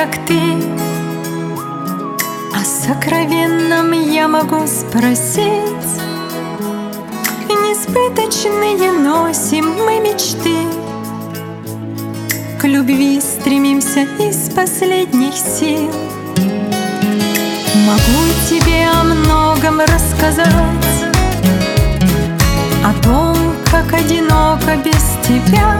как ты. О сокровенном я могу спросить. Несбыточные носим мы мечты, к любви стремимся из последних сил. Могу тебе о многом рассказать, о том, как одиноко без тебя.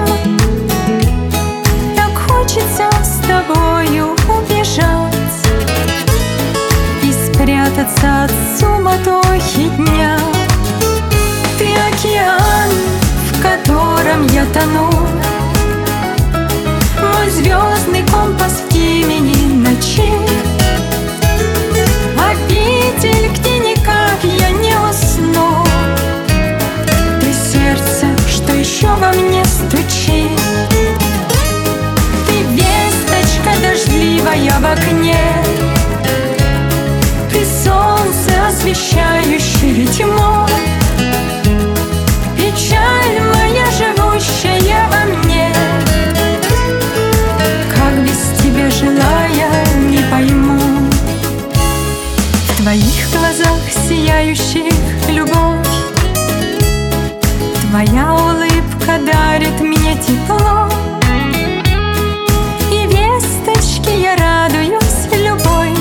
Так хочется с тобою убежать и спрятаться от суматохи дня. Ты океан, в котором я тону, мой звездный компас в темени ночи, обитель, где никак я не усну. Ты сердце, что еще во мне стучит. Ты весточка дождливая в окне. Ты солнце, освещающее тьму. Печаль моя, живущая во мне. Как без тебя жила я, не пойму. В твоих глазах сияющих любовь, твоя улыбка дарит мне тепло. И весточки я радуюсь любой.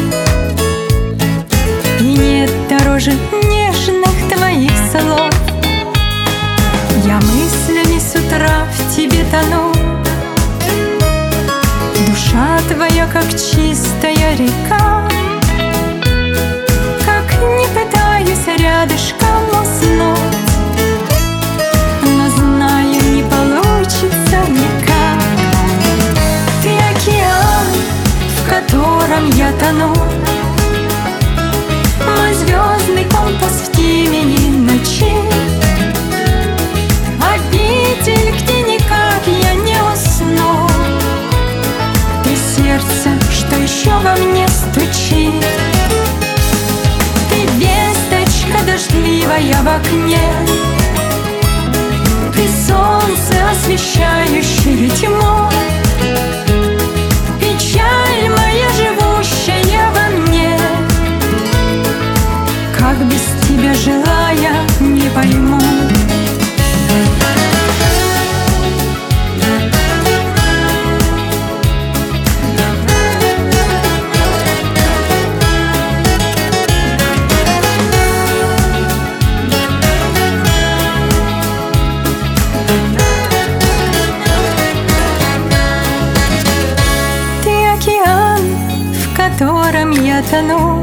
И нет дороже нежных твоих слов. Я мыслями с утра в тебе тону. Душа твоя, как чистая река. Как не пытаюсь рядышком уснуть, но знаю, не получится никак. Ты океан, в котором я тону, мой звездный компас в темени ночи, обитель, где никак я не усну. Ты сердце, что еще во мне стучит. Ты весточка дождливая в окне. Ты солнце, освещающее тьму. Печаль моя, живущая во мне. Как без тебя жила я, не пойму. В котором я тону,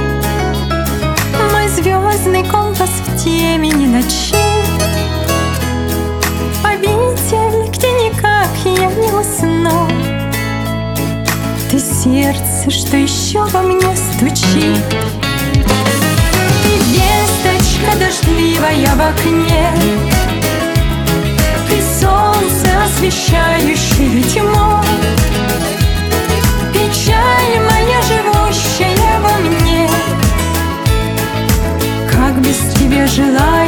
мой звездный компас в темени ночи, обитель, где никак я не усну. Ты сердце, что еще во мне стучит. Ты весточка дождливая в окне. Ты солнце, освещающее тьму. Печаль моя, живущая во мне. Как без тебя жила